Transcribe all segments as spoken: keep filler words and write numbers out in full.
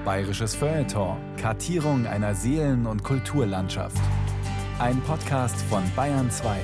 Bayerisches Feuilleton. Kartierung einer Seelen- und Kulturlandschaft. Ein Podcast von Bayern zwei.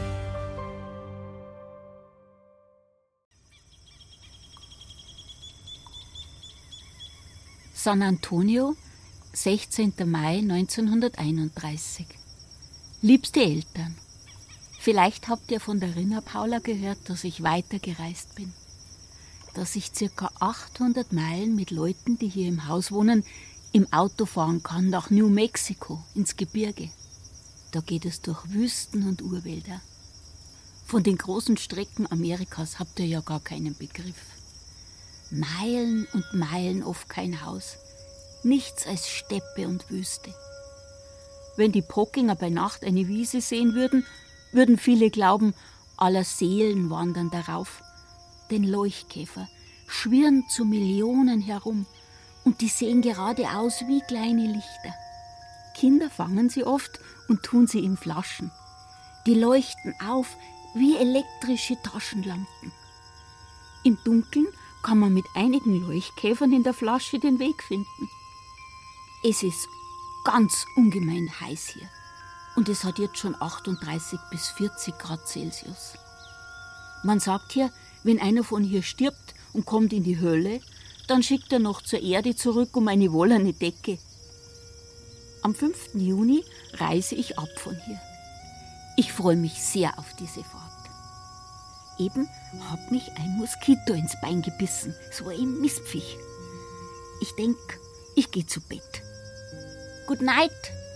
San Antonio, sechzehnter Mai neunzehnhunderteinunddreißig. Liebste Eltern, vielleicht habt ihr von der Rina Paula gehört, dass ich weitergereist bin. Dass ich circa achthundert Meilen mit Leuten, die hier im Haus wohnen, im Auto fahren kann nach New Mexico, ins Gebirge. Da geht es durch Wüsten und Urwälder. Von den großen Strecken Amerikas habt ihr ja gar keinen Begriff. Meilen und Meilen oft kein Haus. Nichts als Steppe und Wüste. Wenn die Pockinger bei Nacht eine Wiese sehen würden, würden viele glauben, aller Seelen wandern darauf. Denn Leuchtkäfer schwirren zu Millionen herum und die sehen gerade aus wie kleine Lichter. Kinder fangen sie oft und tun sie in Flaschen. Die leuchten auf wie elektrische Taschenlampen. Im Dunkeln kann man mit einigen Leuchtkäfern in der Flasche den Weg finden. Es ist ganz ungemein heiß hier und es hat jetzt schon achtunddreißig bis vierzig Grad Celsius. Man sagt hier, wenn einer von hier stirbt und kommt in die Hölle, dann schickt er noch zur Erde zurück um eine wollene Decke. Am fünften Juni reise ich ab von hier. Ich freue mich sehr auf diese Fahrt. Eben hat mich ein Moskito ins Bein gebissen, so ein Mistviech. Ich denk, ich gehe zu Bett. Good night.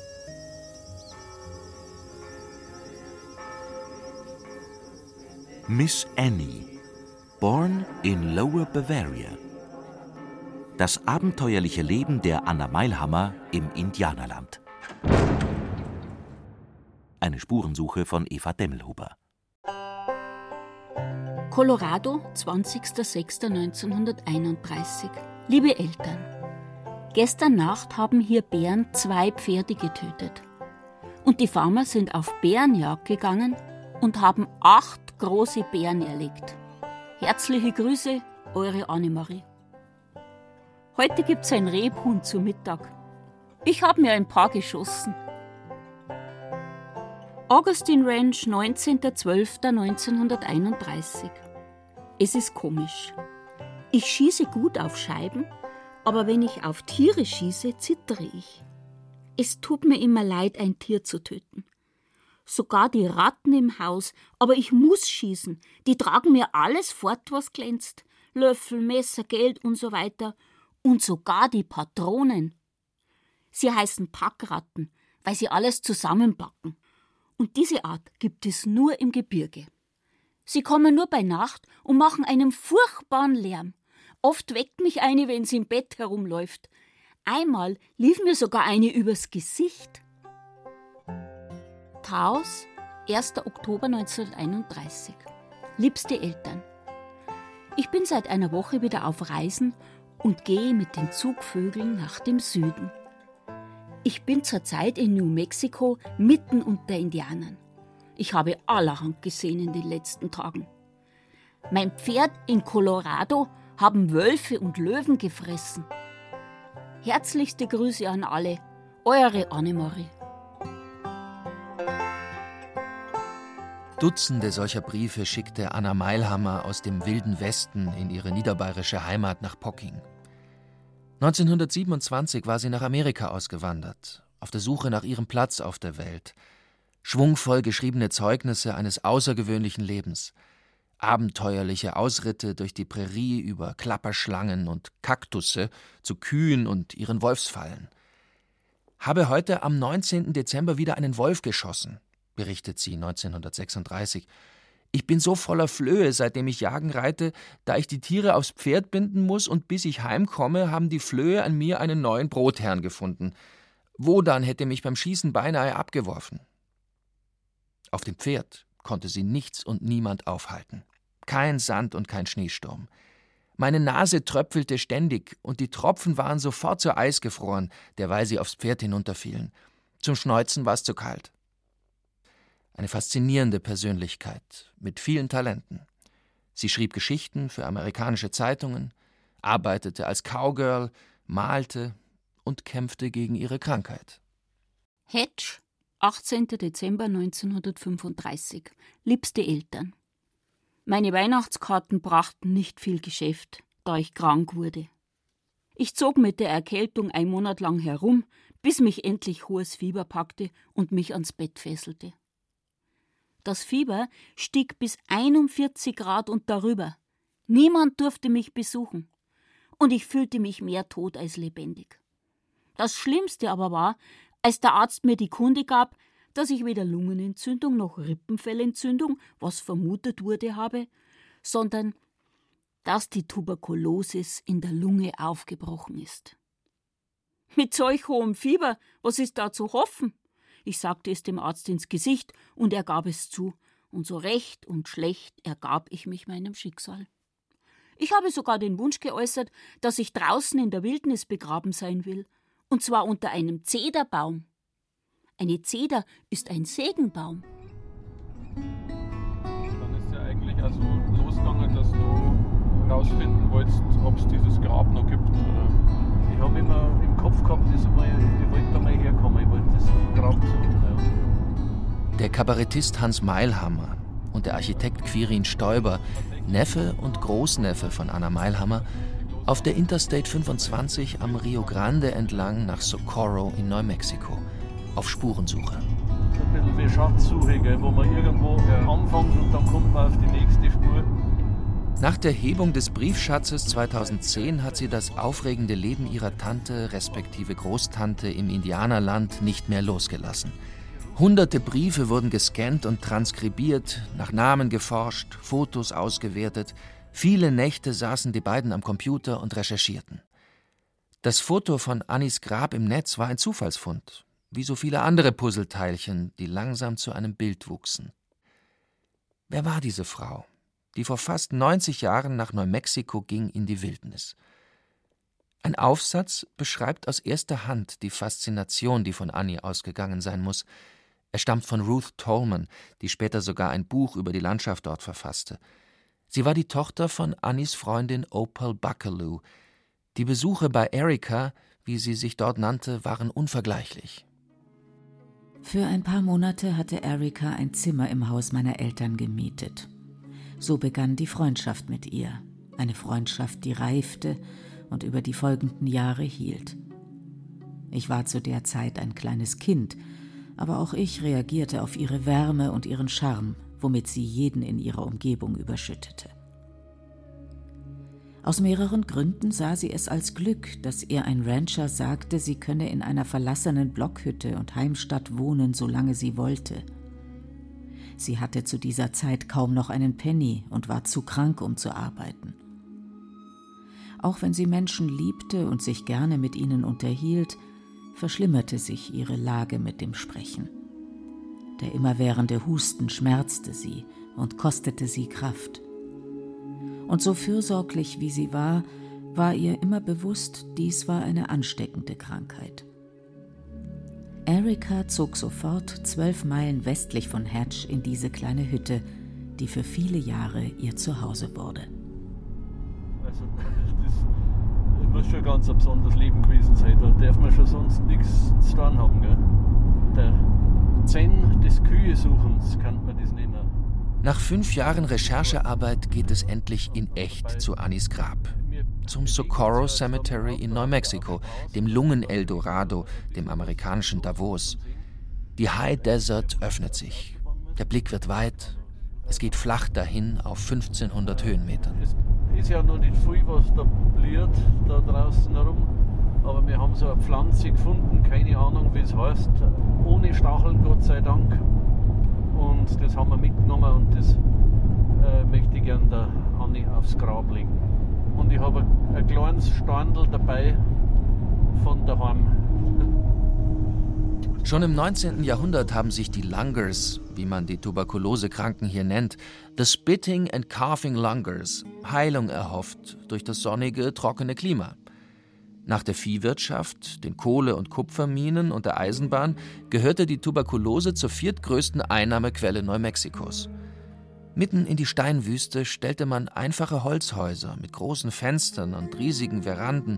Miss Annie, born in Lower Bavaria. Das abenteuerliche Leben der Anna Mailhammer im Indianerland. Eine Spurensuche von Eva Demmelhuber. Colorado, zwanzigster sechster neunzehnhunderteinunddreißig. Liebe Eltern, gestern Nacht haben hier Bären zwei Pferde getötet. Und die Farmer sind auf Bärenjagd gegangen und haben acht große Bären erlegt. Herzliche Grüße, eure Annemarie. Heute gibt's ein Rebhuhn zu Mittag. Ich habe mir ein paar geschossen. Augustine Ranch, neunzehnter zwölfter neunzehnhunderteinunddreißig. Es ist komisch. Ich schieße gut auf Scheiben, aber wenn ich auf Tiere schieße, zittere ich. Es tut mir immer leid, ein Tier zu töten. Sogar die Ratten im Haus, aber ich muss schießen. Die tragen mir alles fort, was glänzt. Löffel, Messer, Geld und so weiter. Und sogar die Patronen. Sie heißen Packratten, weil sie alles zusammenpacken. Und diese Art gibt es nur im Gebirge. Sie kommen nur bei Nacht und machen einen furchtbaren Lärm. Oft weckt mich eine, wenn sie im Bett herumläuft. Einmal lief mir sogar eine übers Gesicht. Taos, erster Oktober neunzehnhunderteinunddreißig. Liebste Eltern, ich bin seit einer Woche wieder auf Reisen und gehe mit den Zugvögeln nach dem Süden. Ich bin zurzeit in New Mexico mitten unter Indianern. Ich habe allerhand gesehen in den letzten Tagen. Mein Pferd in Colorado haben Wölfe und Löwen gefressen. Herzlichste Grüße an alle, eure Annemarie. Dutzende solcher Briefe schickte Anna Mailhammer aus dem wilden Westen in ihre niederbayerische Heimat nach Pocking. neunzehnhundertsiebenundzwanzig war sie nach Amerika ausgewandert, auf der Suche nach ihrem Platz auf der Welt. Schwungvoll geschriebene Zeugnisse eines außergewöhnlichen Lebens. Abenteuerliche Ausritte durch die Prärie über Klapperschlangen und Kaktusse zu Kühen und ihren Wolfsfallen. Habe heute am neunzehnten Dezember wieder einen Wolf geschossen, berichtet sie neunzehnhundertsechsunddreißig. Ich bin so voller Flöhe, seitdem ich jagen reite, da ich die Tiere aufs Pferd binden muss und bis ich heimkomme, haben die Flöhe an mir einen neuen Brotherrn gefunden. Wodan hätte mich beim Schießen beinahe abgeworfen. Auf dem Pferd konnte sie nichts und niemand aufhalten. Kein Sand und kein Schneesturm. Meine Nase tröpfelte ständig und die Tropfen waren sofort zu Eis gefroren, derweil sie aufs Pferd hinunterfielen. Zum Schneuzen war es zu kalt. Eine faszinierende Persönlichkeit mit vielen Talenten. Sie schrieb Geschichten für amerikanische Zeitungen, arbeitete als Cowgirl, malte und kämpfte gegen ihre Krankheit. Hatch, achtzehnten Dezember neunzehnhundertfünfunddreißig. Liebste Eltern. Meine Weihnachtskarten brachten nicht viel Geschäft, da ich krank wurde. Ich zog mit der Erkältung ein Monat lang herum, bis mich endlich hohes Fieber packte und mich ans Bett fesselte. Das Fieber stieg bis einundvierzig Grad und darüber. Niemand durfte mich besuchen. Und ich fühlte mich mehr tot als lebendig. Das Schlimmste aber war, als der Arzt mir die Kunde gab, dass ich weder Lungenentzündung noch Rippenfellentzündung, was vermutet wurde, habe, sondern dass die Tuberkulosis in der Lunge aufgebrochen ist. Mit solch hohem Fieber, was ist da zu hoffen? Ich sagte es dem Arzt ins Gesicht und er gab es zu. Und so recht und schlecht ergab ich mich meinem Schicksal. Ich habe sogar den Wunsch geäußert, dass ich draußen in der Wildnis begraben sein will, und zwar unter einem Zederbaum. Eine Zeder ist ein Segenbaum. Dann ist ja eigentlich also losgegangen, dass du herausfinden wolltest, ob es dieses Grab noch gibt. Oder? Ich habe immer im Kopf gehabt, ich wollte da mal herkommen, ich wollte das Grab suchen. Ja. Der Kabarettist Hans Mailhammer und der Architekt Quirin Stoiber, Neffe und Großneffe von Anna Mailhammer, auf der Interstate fünfundzwanzig am Rio Grande entlang nach Socorro in Neumexiko, auf Spurensuche. Ein bisschen wie Schatzsuche, gell, wo man irgendwo anfängt und dann kommt man auf die nächste Spur. Nach der Hebung des Briefschatzes zweitausendzehn hat sie das aufregende Leben ihrer Tante respektive Großtante im Indianerland nicht mehr losgelassen. Hunderte Briefe wurden gescannt und transkribiert, nach Namen geforscht, Fotos ausgewertet. Viele Nächte saßen die beiden am Computer und recherchierten. Das Foto von Annis Grab im Netz war ein Zufallsfund, wie so viele andere Puzzleteilchen, die langsam zu einem Bild wuchsen. Wer war diese Frau, die vor fast neunzig Jahren nach Neumexiko ging in die Wildnis? Ein Aufsatz beschreibt aus erster Hand die Faszination, die von Annie ausgegangen sein muss. Er stammt von Ruth Tolman, die später sogar ein Buch über die Landschaft dort verfasste. Sie war die Tochter von Annies Freundin Opal Buckaloo. Die Besuche bei Erica, wie sie sich dort nannte, waren unvergleichlich. Für ein paar Monate hatte Erica ein Zimmer im Haus meiner Eltern gemietet. So begann die Freundschaft mit ihr. Eine Freundschaft, die reifte und über die folgenden Jahre hielt. Ich war zu der Zeit ein kleines Kind, aber auch ich reagierte auf ihre Wärme und ihren Charme, womit sie jeden in ihrer Umgebung überschüttete. Aus mehreren Gründen sah sie es als Glück, dass ihr ein Rancher sagte, sie könne in einer verlassenen Blockhütte und Heimstatt wohnen, solange sie wollte. Sie hatte zu dieser Zeit kaum noch einen Penny und war zu krank, um zu arbeiten. Auch wenn sie Menschen liebte und sich gerne mit ihnen unterhielt, verschlimmerte sich ihre Lage mit dem Sprechen. Der immerwährende Husten schmerzte sie und kostete sie Kraft. Und so fürsorglich wie sie war, war ihr immer bewusst, dies war eine ansteckende Krankheit. Erica zog sofort zwölf Meilen westlich von Hatch in diese kleine Hütte, die für viele Jahre ihr Zuhause wurde. Also das muss schon ganz ein besonderes Leben gewesen sein. Da darf man schon sonst nichts zu tun haben. Gell? Der Zen des Kühesuchens kann man das nennen. Nach fünf Jahren Recherchearbeit geht es endlich in echt zu Annies Grab. Zum Socorro Cemetery in Neumexiko, dem Lungen-Eldorado, dem amerikanischen Davos. Die High Desert öffnet sich. Der Blick wird weit. Es geht flach dahin auf fünfzehnhundert Höhenmetern. Es ist ja noch nicht viel, was da blüht, da draußen herum. Aber wir haben so eine Pflanze gefunden, keine Ahnung, wie es heißt. Ohne Stacheln, Gott sei Dank. Und das haben wir mitgenommen und das äh, möchte ich gerne der Anni aufs Grab legen. Und ich habe ein, ein kleines Steindl dabei von daheim. Schon im neunzehnten Jahrhundert haben sich die Lungers, wie man die Tuberkulosekranken hier nennt, the Spitting and Coughing Lungers, Heilung erhofft durch das sonnige, trockene Klima. Nach der Viehwirtschaft, den Kohle- und Kupferminen und der Eisenbahn gehörte die Tuberkulose zur viertgrößten Einnahmequelle Neumexikos. Mitten in die Steinwüste stellte man einfache Holzhäuser mit großen Fenstern und riesigen Veranden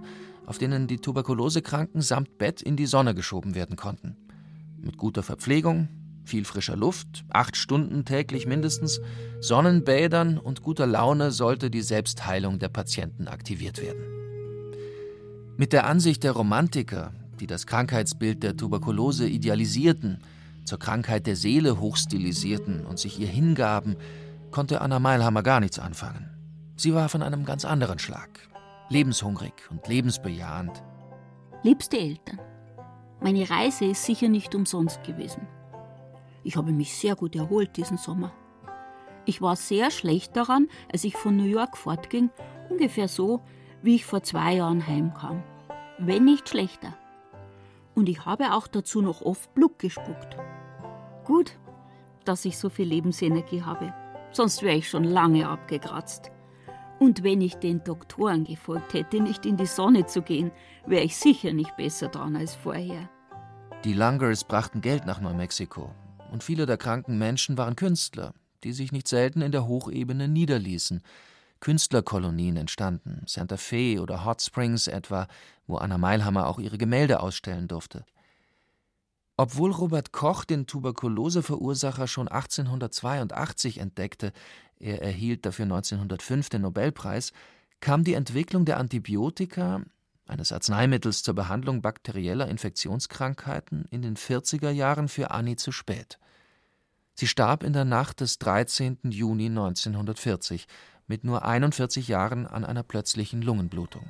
auf denen die Tuberkulosekranken samt Bett in die Sonne geschoben werden konnten. Mit guter Verpflegung, viel frischer Luft, acht Stunden täglich mindestens, Sonnenbädern und guter Laune sollte die Selbstheilung der Patienten aktiviert werden. Mit der Ansicht der Romantiker, die das Krankheitsbild der Tuberkulose idealisierten, zur Krankheit der Seele hochstilisierten und sich ihr hingaben, konnte Anna Mailhammer gar nichts anfangen. Sie war von einem ganz anderen Schlag, lebenshungrig und lebensbejahend. Liebste Eltern, meine Reise ist sicher nicht umsonst gewesen. Ich habe mich sehr gut erholt diesen Sommer. Ich war sehr schlecht daran, als ich von New York fortging, ungefähr so, wie ich vor zwei Jahren heimkam. Wenn nicht schlechter. Und ich habe auch dazu noch oft Blut gespuckt. Gut, dass ich so viel Lebensenergie habe, sonst wäre ich schon lange abgekratzt. Und wenn ich den Doktoren gefolgt hätte, nicht in die Sonne zu gehen, wäre ich sicher nicht besser dran als vorher. Die Langers brachten Geld nach Neumexiko. Und viele der kranken Menschen waren Künstler, die sich nicht selten in der Hochebene niederließen. Künstlerkolonien entstanden, Santa Fe oder Hot Springs etwa, wo Anna Mailhammer auch ihre Gemälde ausstellen durfte. Obwohl Robert Koch den Tuberkuloseverursacher schon achtzehnhundertzweiundachtzig entdeckte, er erhielt dafür neunzehnhundertfünf den Nobelpreis, kam die Entwicklung der Antibiotika, eines Arzneimittels zur Behandlung bakterieller Infektionskrankheiten, in den vierziger Jahren für Annie zu spät. Sie starb in der Nacht des dreizehnten Juni neunzehnhundertvierzig mit nur einundvierzig Jahren an einer plötzlichen Lungenblutung.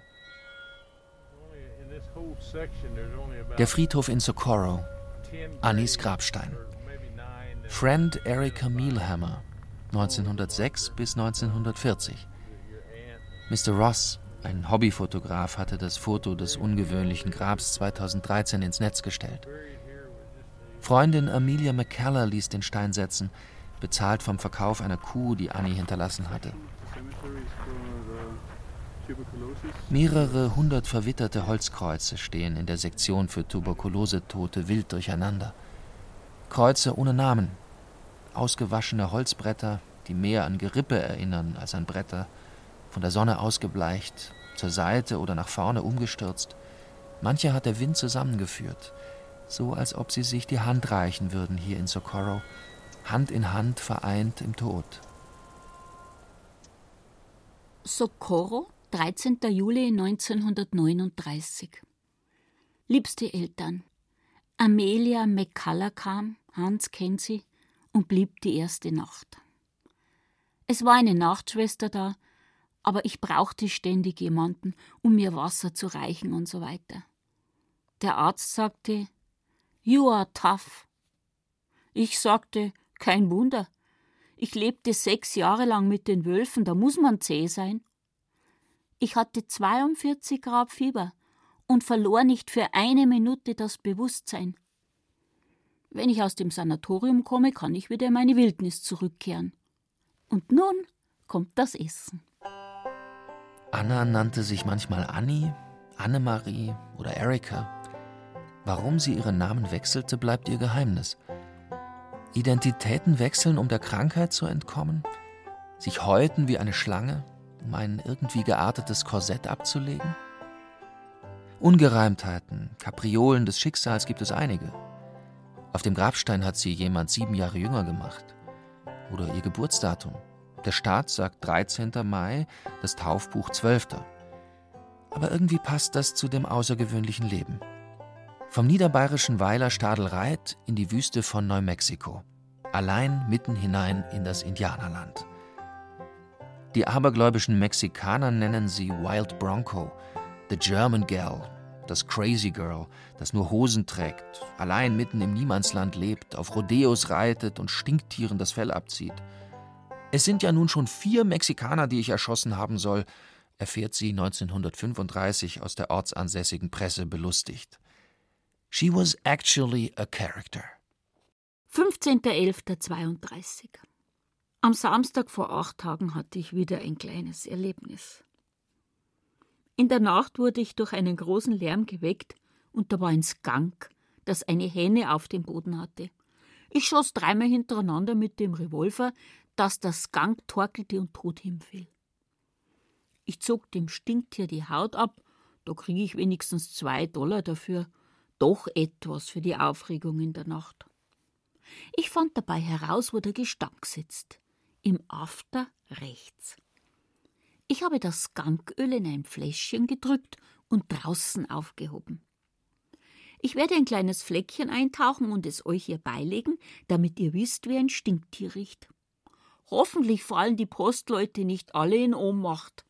Der Friedhof in Socorro, Annies Grabstein. Friend Erica Mailhammer, neunzehnhundertsechs bis neunzehnhundertvierzig. Mister Ross, ein Hobbyfotograf, hatte das Foto des ungewöhnlichen Grabs zweitausenddreizehn ins Netz gestellt. Freundin Amelia McCullough ließ den Stein setzen, bezahlt vom Verkauf einer Kuh, die Annie hinterlassen hatte. Mehrere hundert verwitterte Holzkreuze stehen in der Sektion für Tuberkulosetote wild durcheinander. Kreuze ohne Namen, ausgewaschene Holzbretter, die mehr an Gerippe erinnern als an Bretter, von der Sonne ausgebleicht, zur Seite oder nach vorne umgestürzt. Manche hat der Wind zusammengeführt, so als ob sie sich die Hand reichen würden hier in Socorro, Hand in Hand vereint im Tod. Socorro, dreizehnten Juli neunzehnhundertneununddreißig. Liebste Eltern, Amelia McCullough kam, Hans kennt sie, und blieb die erste Nacht. Es war eine Nachtschwester da, aber ich brauchte ständig jemanden, um mir Wasser zu reichen und so weiter. Der Arzt sagte, "You are tough." Ich sagte, kein Wunder. Ich lebte sechs Jahre lang mit den Wölfen, da muss man zäh sein. Ich hatte zweiundvierzig Grad Fieber und verlor nicht für eine Minute das Bewusstsein. Wenn ich aus dem Sanatorium komme, kann ich wieder in meine Wildnis zurückkehren. Und nun kommt das Essen. Anna nannte sich manchmal Annie, Annemarie oder Erika. Warum sie ihren Namen wechselte, bleibt ihr Geheimnis. Identitäten wechseln, um der Krankheit zu entkommen? Sich häuten wie eine Schlange, um ein irgendwie geartetes Korsett abzulegen? Ungereimtheiten, Kapriolen des Schicksals gibt es einige. Auf dem Grabstein hat sie jemand sieben Jahre jünger gemacht. Oder ihr Geburtsdatum. Der Staat sagt dreizehnten Mai, das Taufbuch zwölften Aber irgendwie passt das zu dem außergewöhnlichen Leben. Vom niederbayerischen Weiler Stadelreit in die Wüste von Neumexiko. Allein mitten hinein in das Indianerland. Die abergläubischen Mexikaner nennen sie Wild Bronco, the German Gal, das Crazy Girl, das nur Hosen trägt, allein mitten im Niemandsland lebt, auf Rodeos reitet und Stinktieren das Fell abzieht. Es sind ja nun schon vier Mexikaner, die ich erschossen haben soll, erfährt sie neunzehnhundertfünfunddreißig aus der ortsansässigen Presse belustigt. She was actually a character. fünfzehnten elften zweiunddreißig. Am Samstag vor acht Tagen hatte ich wieder ein kleines Erlebnis. In der Nacht wurde ich durch einen großen Lärm geweckt und da war ein Skunk, das eine Henne auf dem Boden hatte. Ich schoss dreimal hintereinander mit dem Revolver, dass der Skunk torkelte und tot hinfiel. Ich zog dem Stinktier die Haut ab, Da kriege ich wenigstens zwei Dollar dafür. Doch etwas für die Aufregung in der Nacht. Ich fand dabei heraus, wo der Gestank sitzt. Im After rechts. Ich habe das Skanköl in ein Fläschchen gedrückt und draußen aufgehoben. Ich werde ein kleines Fleckchen eintauchen und es euch hier beilegen, damit ihr wisst, wie ein Stinktier riecht. Hoffentlich fallen die Postleute nicht alle in Ohnmacht.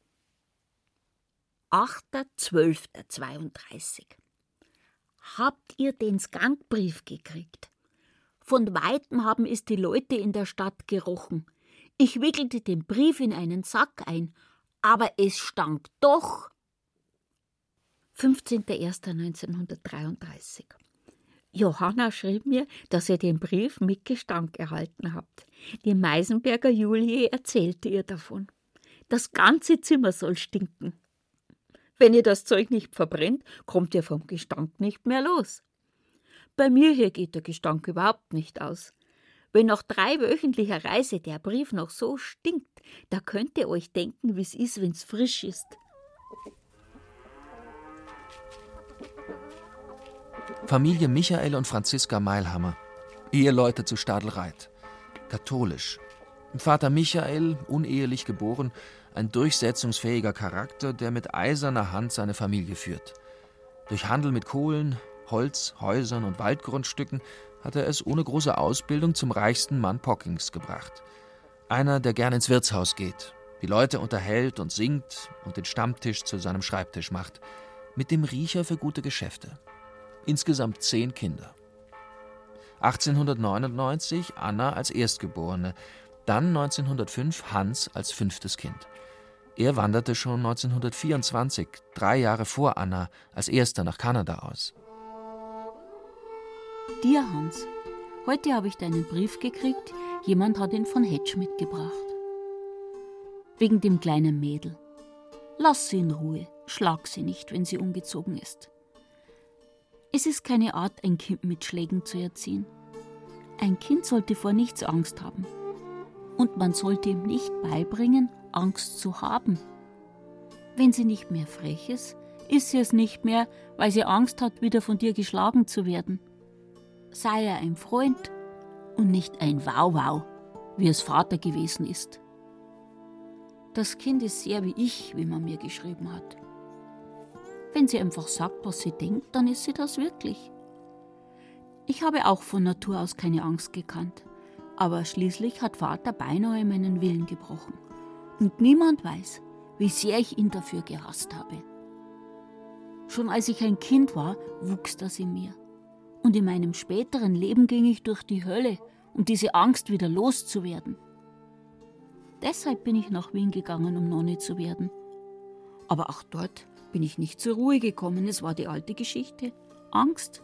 achter zwölfter zweiunddreißig. Habt ihr den Skankbrief gekriegt? Von weitem haben es die Leute in der Stadt gerochen. Ich wickelte den Brief in einen Sack ein, aber es stank doch. fünfzehnter erster neunzehnhundertdreiunddreißig. Johanna schrieb mir, dass ihr den Brief mit Gestank erhalten habt. Die Meisenberger Julie erzählte ihr davon. Das ganze Zimmer soll stinken. Wenn ihr das Zeug nicht verbrennt, kommt ihr vom Gestank nicht mehr los. Bei mir hier geht der Gestank überhaupt nicht aus. Wenn nach dreiwöchentlicher Reise der Brief noch so stinkt, da könnt ihr euch denken, wie es ist, wenn es frisch ist. Familie Michael und Franziska Mailhammer, Eheleute zu Stadelreit. Katholisch. Vater Michael, unehelich geboren, ein durchsetzungsfähiger Charakter, der mit eiserner Hand seine Familie führt. Durch Handel mit Kohlen, Holz, Häusern und Waldgrundstücken hat er es ohne große Ausbildung zum reichsten Mann Pockings gebracht. Einer, der gern ins Wirtshaus geht, die Leute unterhält und singt und den Stammtisch zu seinem Schreibtisch macht, mit dem Riecher für gute Geschäfte. Insgesamt zehn Kinder. achtzehnhundertneunundneunzig Anna als Erstgeborene, dann neunzehnhundertfünf Hans als fünftes Kind. Er wanderte schon neunzehnhundertvierundzwanzig, drei Jahre vor Anna, als erster nach Kanada aus. Dir, Hans, heute habe ich deinen Brief gekriegt, jemand hat ihn von Hedge mitgebracht. Wegen dem kleinen Mädel. Lass sie in Ruhe, schlag sie nicht, wenn sie ungezogen ist. Es ist keine Art, ein Kind mit Schlägen zu erziehen. Ein Kind sollte vor nichts Angst haben. Und man sollte ihm nicht beibringen, Angst zu haben. Wenn sie nicht mehr frech ist, ist sie es nicht mehr, weil sie Angst hat, wieder von dir geschlagen zu werden. Sei er ein Freund und nicht ein Wauwau, wie es Vater gewesen ist. Das Kind ist sehr wie ich, wie man mir geschrieben hat. Wenn sie einfach sagt, was sie denkt, dann ist sie das wirklich. Ich habe auch von Natur aus keine Angst gekannt. Aber schließlich hat Vater beinahe meinen Willen gebrochen. Und niemand weiß, wie sehr ich ihn dafür gehasst habe. Schon als ich ein Kind war, wuchs das in mir. Und in meinem späteren Leben ging ich durch die Hölle, um diese Angst wieder loszuwerden. Deshalb bin ich nach Wien gegangen, um Nonne zu werden. Aber auch dort bin ich nicht zur Ruhe gekommen. Es war die alte Geschichte. Angst.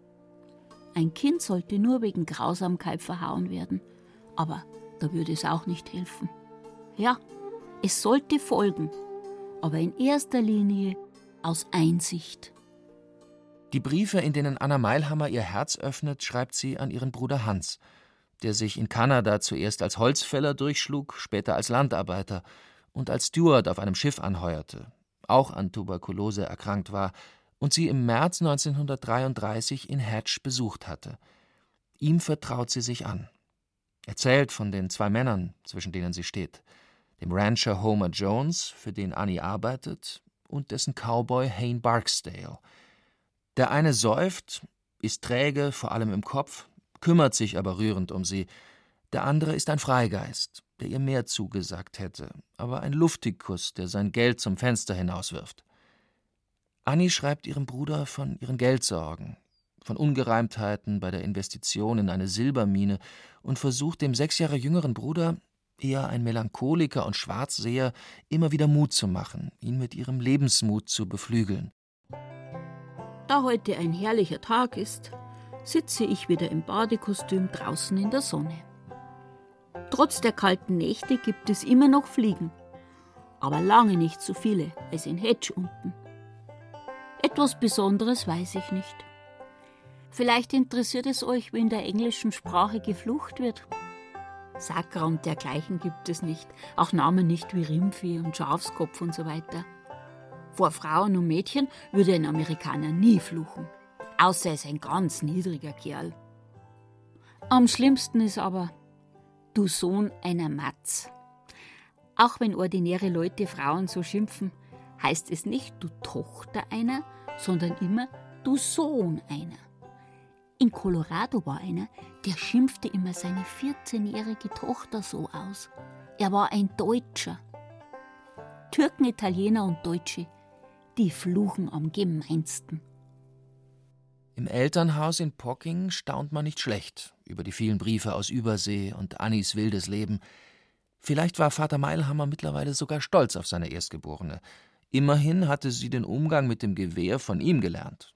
Ein Kind sollte nur wegen Grausamkeit verhauen werden. Aber da würde es auch nicht helfen. Ja, es sollte folgen. Aber in erster Linie aus Einsicht. Die Briefe, in denen Anna Mailhammer ihr Herz öffnet, schreibt sie an ihren Bruder Hans, der sich in Kanada zuerst als Holzfäller durchschlug, später als Landarbeiter und als Steward auf einem Schiff anheuerte, auch an Tuberkulose erkrankt war und sie im März neunzehnhundertdreiunddreißig in Hedge besucht hatte. Ihm vertraut sie sich an. Erzählt von den zwei Männern, zwischen denen sie steht, dem Rancher Homer Jones, für den Annie arbeitet, und dessen Cowboy Hayne Barksdale. Der eine säuft, ist träge, vor allem im Kopf, kümmert sich aber rührend um sie. Der andere ist ein Freigeist, der ihr mehr zugesagt hätte, aber ein Luftikus, der sein Geld zum Fenster hinauswirft. Annie schreibt ihrem Bruder von ihren Geldsorgen, von Ungereimtheiten bei der Investition in eine Silbermine und versucht dem sechs Jahre jüngeren Bruder, eher ein Melancholiker und Schwarzseher, immer wieder Mut zu machen, ihn mit ihrem Lebensmut zu beflügeln. Da heute ein herrlicher Tag ist, sitze ich wieder im Badekostüm draußen in der Sonne. Trotz der kalten Nächte gibt es immer noch Fliegen, aber lange nicht so viele als in Hedge unten. Etwas Besonderes weiß ich nicht. Vielleicht interessiert es euch, wie in der englischen Sprache geflucht wird. Sakra und dergleichen gibt es nicht, auch Namen nicht wie Rindvieh und Schafskopf und so weiter. Vor Frauen und Mädchen würde ein Amerikaner nie fluchen. Außer er ist ein ganz niedriger Kerl. Am schlimmsten ist aber, du Sohn einer Matz. Auch wenn ordinäre Leute Frauen so schimpfen, heißt es nicht du Tochter einer, sondern immer du Sohn einer. In Colorado war einer, der schimpfte immer seine vierzehnjährige Tochter so aus. Er war ein Deutscher. Türken, Italiener und Deutsche, die fluchen am gemeinsten. Im Elternhaus in Pocking staunt man nicht schlecht über die vielen Briefe aus Übersee und Annis wildes Leben. Vielleicht war Vater Mailhammer mittlerweile sogar stolz auf seine Erstgeborene. Immerhin hatte sie den Umgang mit dem Gewehr von ihm gelernt.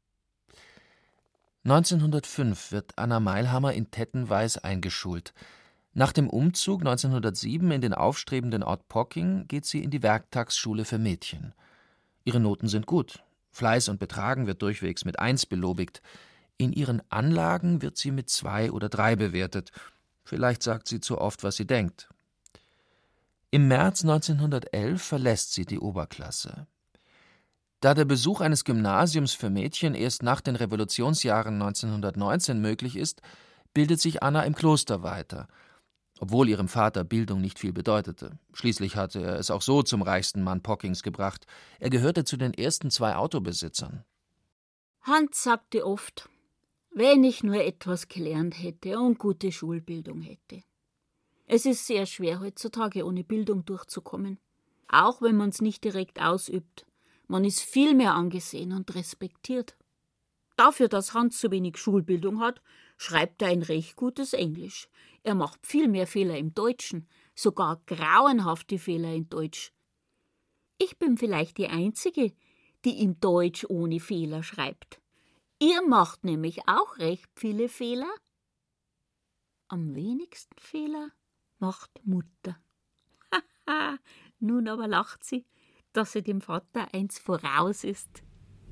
neunzehnhundertfünf wird Anna Mailhammer in Tettenweis eingeschult. Nach dem Umzug neunzehnhundertsieben in den aufstrebenden Ort Pocking geht sie in die Werktagsschule für Mädchen. Ihre Noten sind gut. Fleiß und Betragen wird durchwegs mit eins belobigt. In ihren Anlagen wird sie mit zwei oder drei bewertet. Vielleicht sagt sie zu oft, was sie denkt. Im März neunzehnhundertelf verlässt sie die Oberklasse. Da der Besuch eines Gymnasiums für Mädchen erst nach den Revolutionsjahren neunzehnhundertneunzehn möglich ist, bildet sich Anna im Kloster weiter, obwohl ihrem Vater Bildung nicht viel bedeutete. Schließlich hatte er es auch so zum reichsten Mann Pockings gebracht. Er gehörte zu den ersten zwei Autobesitzern. Hans sagte oft, wenn ich nur etwas gelernt hätte und gute Schulbildung hätte. Es ist sehr schwer, heutzutage ohne Bildung durchzukommen. Auch wenn man es nicht direkt ausübt. Man ist viel mehr angesehen und respektiert. Dafür, dass Hans so wenig Schulbildung hat, schreibt er ein recht gutes Englisch. Er macht viel mehr Fehler im Deutschen, sogar grauenhafte Fehler in Deutsch. Ich bin vielleicht die Einzige, die im Deutsch ohne Fehler schreibt. Ihr macht nämlich auch recht viele Fehler. Am wenigsten Fehler macht Mutter. Haha, nun aber lacht sie, dass sie dem Vater eins voraus ist.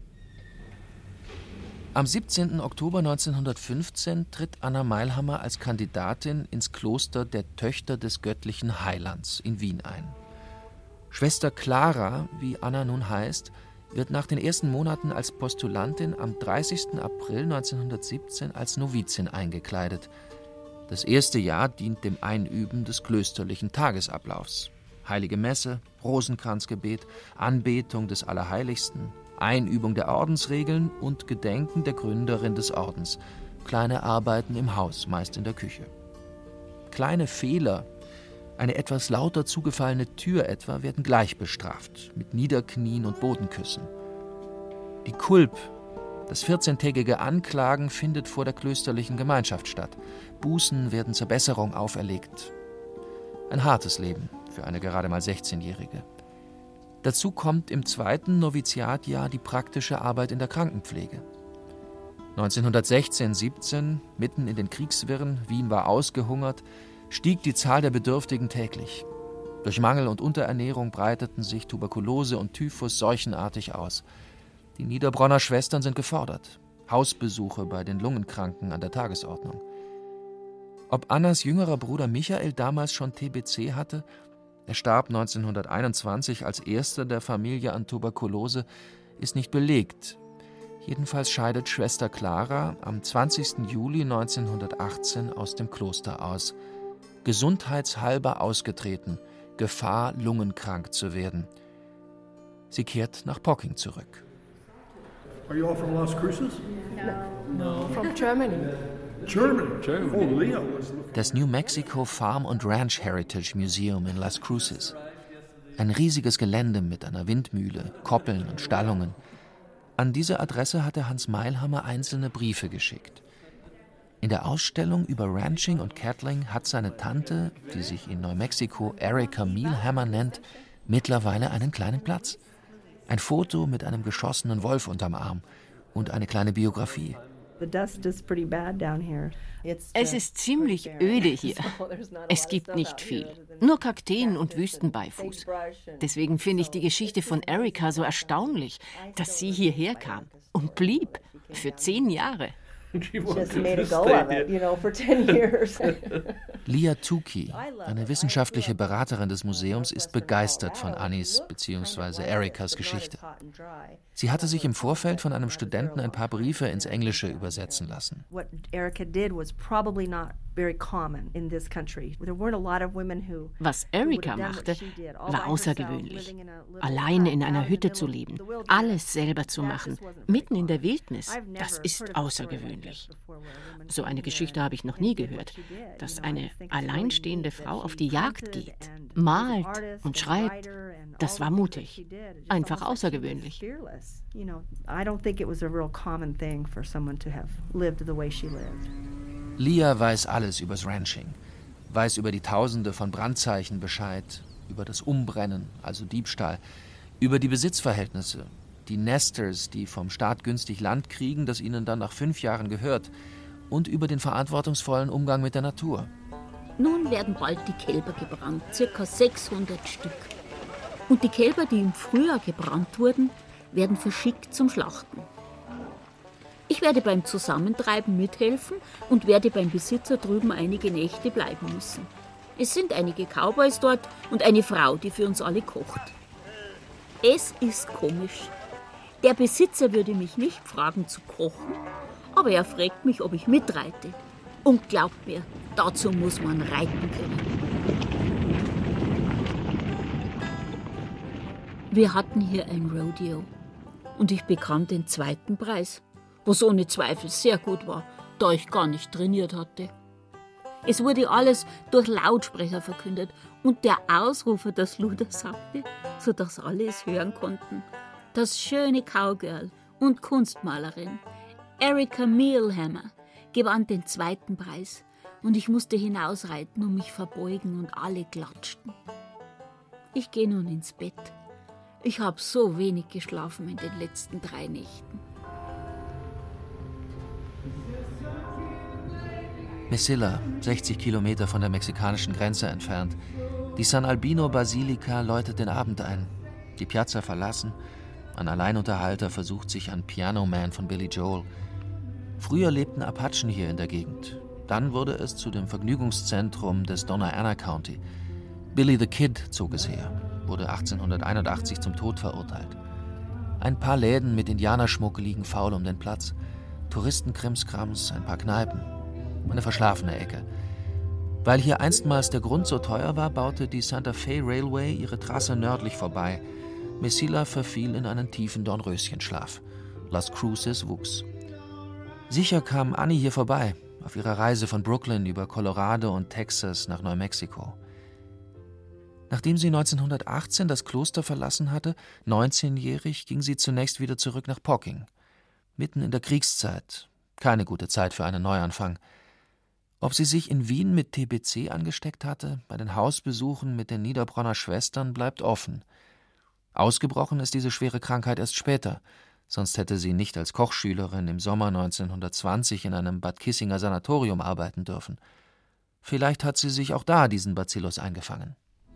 Am siebzehnten Oktober neunzehnhundertfünfzehn tritt Anna Mailhammer als Kandidatin ins Kloster der Töchter des göttlichen Heilands in Wien ein. Schwester Clara, wie Anna nun heißt, wird nach den ersten Monaten als Postulantin am dreißigsten April neunzehnhundertsiebzehn als Novizin eingekleidet. Das erste Jahr dient dem Einüben des klösterlichen Tagesablaufs. Heilige Messe, Rosenkranzgebet, Anbetung des Allerheiligsten, Einübung der Ordensregeln und Gedenken der Gründerin des Ordens. Kleine Arbeiten im Haus, meist in der Küche. Kleine Fehler, eine etwas lauter zugefallene Tür etwa, werden gleich bestraft, mit Niederknien und Bodenküssen. Die Kulp, das vierzehntägige Anklagen, findet vor der klösterlichen Gemeinschaft statt. Bußen werden zur Besserung auferlegt. Ein hartes Leben für eine gerade mal sechzehnjährige. Dazu kommt im zweiten Noviziatjahr die praktische Arbeit in der Krankenpflege. neunzehnhundertsechzehn siebzehn, mitten in den Kriegswirren, Wien war ausgehungert, stieg die Zahl der Bedürftigen täglich. Durch Mangel und Unterernährung breiteten sich Tuberkulose und Typhus seuchenartig aus. Die Niederbronner Schwestern sind gefordert. Hausbesuche bei den Lungenkranken an der Tagesordnung. Ob Annas jüngerer Bruder Michael damals schon T B C hatte, er starb neunzehnhunderteinundzwanzig als erster der Familie an Tuberkulose, ist nicht belegt. Jedenfalls scheidet Schwester Clara am zwanzigsten Juli neunzehnhundertachtzehn aus dem Kloster aus. Gesundheitshalber ausgetreten, Gefahr, lungenkrank zu werden. Sie kehrt nach Pocking zurück. Are you all from Las Cruces? No. No. From Germany. Germany? Germany. Oh, Leo was looking. Das New Mexico Farm and Ranch Heritage Museum in Las Cruces. Ein riesiges Gelände mit einer Windmühle, Koppeln und Stallungen. An diese Adresse hatte Hans Mailhammer einzelne Briefe geschickt. In der Ausstellung über Ranching und Cattling hat seine Tante, die sich in Neumexiko Erica Mealhammer nennt, mittlerweile einen kleinen Platz. Ein Foto mit einem geschossenen Wolf unterm Arm und eine kleine Biografie. Es ist ziemlich öde hier. Es gibt nicht viel. Nur Kakteen und Wüstenbeifuß. Deswegen finde ich die Geschichte von Erica so erstaunlich, dass sie hierher kam und blieb. Für zehn Jahre. just made a go of it, you know, for ten years. Lia Tukey, eine wissenschaftliche Beraterin des Museums, ist begeistert von Annies bzw. Ericas Geschichte. Sie hatte sich im Vorfeld von einem Studenten ein paar Briefe ins Englische übersetzen lassen. What Erica did was probably not very common in this country. There weren't a lot of women who Was Erica machte, war außergewöhnlich. Alleine in einer Hütte zu leben, alles selber zu machen, mitten in der Wildnis, das ist außergewöhnlich. So eine Geschichte habe ich noch nie gehört, dass eine alleinstehende Frau auf die Jagd geht, malt und schreibt. Das war mutig, einfach außergewöhnlich. Lia weiß alles übers Ranching, weiß über die Tausende von Brandzeichen Bescheid, über das Umbrennen, also Diebstahl, über die Besitzverhältnisse, die Nesters, die vom Staat günstig Land kriegen, das ihnen dann nach fünf Jahren gehört, und über den verantwortungsvollen Umgang mit der Natur. Nun werden bald die Kälber gebrannt, circa sechshundert Stück. Und die Kälber, die im Frühjahr gebrannt wurden, werden verschickt zum Schlachten. Ich werde beim Zusammentreiben mithelfen und werde beim Besitzer drüben einige Nächte bleiben müssen. Es sind einige Cowboys dort und eine Frau, die für uns alle kocht. Es ist komisch. Der Besitzer würde mich nicht fragen zu kochen, aber er fragt mich, ob ich mitreite. Und glaubt mir, dazu muss man reiten können. Wir hatten hier ein Rodeo und ich bekam den zweiten Preis, was ohne Zweifel sehr gut war, da ich gar nicht trainiert hatte. Es wurde alles durch Lautsprecher verkündet und der Ausrufer, das Luder sagte, sodass alle es hören konnten. Das schöne Cowgirl und Kunstmalerin Erica Mealhammer gewann den zweiten Preis und ich musste hinausreiten und mich verbeugen und alle klatschten. Ich gehe nun ins Bett. Ich habe so wenig geschlafen in den letzten drei Nächten. Mesilla, sechzig Kilometer von der mexikanischen Grenze entfernt. Die San Albino Basilika läutet den Abend ein. Die Piazza verlassen. Ein Alleinunterhalter versucht sich an Piano Man von Billy Joel. Früher lebten Apachen hier in der Gegend. Dann wurde es zu dem Vergnügungszentrum des Donna Ana County. Billy the Kid zog es her, wurde achtzehnhunderteinundachtzig zum Tod verurteilt. Ein paar Läden mit Indianerschmuck liegen faul um den Platz. Touristenkrimskrams, ein paar Kneipen. Eine verschlafene Ecke. Weil hier einstmals der Grund so teuer war, baute die Santa Fe Railway ihre Trasse nördlich vorbei. Mesilla verfiel in einen tiefen Dornröschenschlaf. Las Cruces wuchs. Sicher kam Annie hier vorbei, auf ihrer Reise von Brooklyn über Colorado und Texas nach Neumexiko. Nachdem sie neunzehnhundertachtzehn das Kloster verlassen hatte, neunzehnjährig, ging sie zunächst wieder zurück nach Pocking. Mitten in der Kriegszeit. Keine gute Zeit für einen Neuanfang. Ob sie sich in Wien mit T B C angesteckt hatte, bei den Hausbesuchen mit den Niederbronner Schwestern, bleibt offen. Ausgebrochen ist diese schwere Krankheit erst später, sonst hätte sie nicht als Kochschülerin im Sommer neunzehnhundertzwanzig in einem Bad Kissinger Sanatorium arbeiten dürfen. Vielleicht hat sie sich auch da diesen Bacillus eingefangen.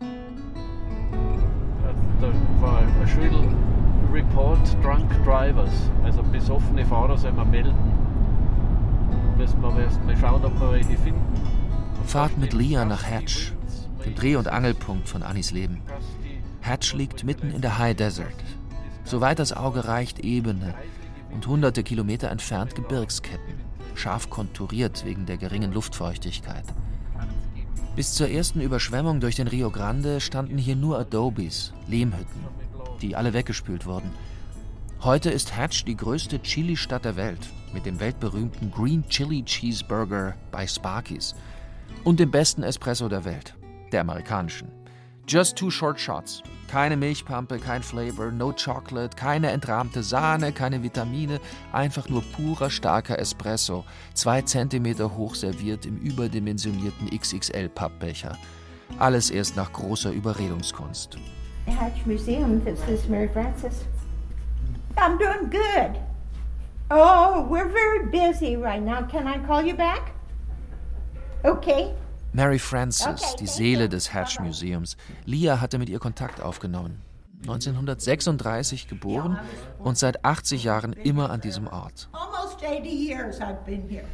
Da war ein Schwindel Report Drunk Drivers, also besoffene Fahrer soll man melden. Müssen wir erst mal schauen, ob wir welche finden. Fahrt mit Lia nach Hatch, dem Dreh- und Angelpunkt von Annies Leben. Hatch liegt mitten in der High Desert. Soweit das Auge reicht, Ebene und hunderte Kilometer entfernt Gebirgsketten, scharf konturiert wegen der geringen Luftfeuchtigkeit. Bis zur ersten Überschwemmung durch den Rio Grande standen hier nur Adobes, Lehmhütten, die alle weggespült wurden. Heute ist Hatch die größte Chili-Stadt der Welt, mit dem weltberühmten Green Chili Cheeseburger bei Sparky's und dem besten Espresso der Welt, der amerikanischen. Just two short shots. Keine Milchpampe, kein Flavor, no chocolate, keine entrahmte Sahne, keine Vitamine, einfach nur purer, starker Espresso, zwei Zentimeter hoch serviert im überdimensionierten X X L-Pappbecher. Alles erst nach großer Überredungskunst. The Hatch Museum, this is Mary Frances. I'm doing good. Oh, we're very busy right now. Can I call you back? Okay. Mary Frances, die Seele des Hatch Museums. Lia hatte mit ihr Kontakt aufgenommen. neunzehnhundertsechsunddreißig geboren und seit achtzig Jahren immer an diesem Ort. Almost eighty years I've been here.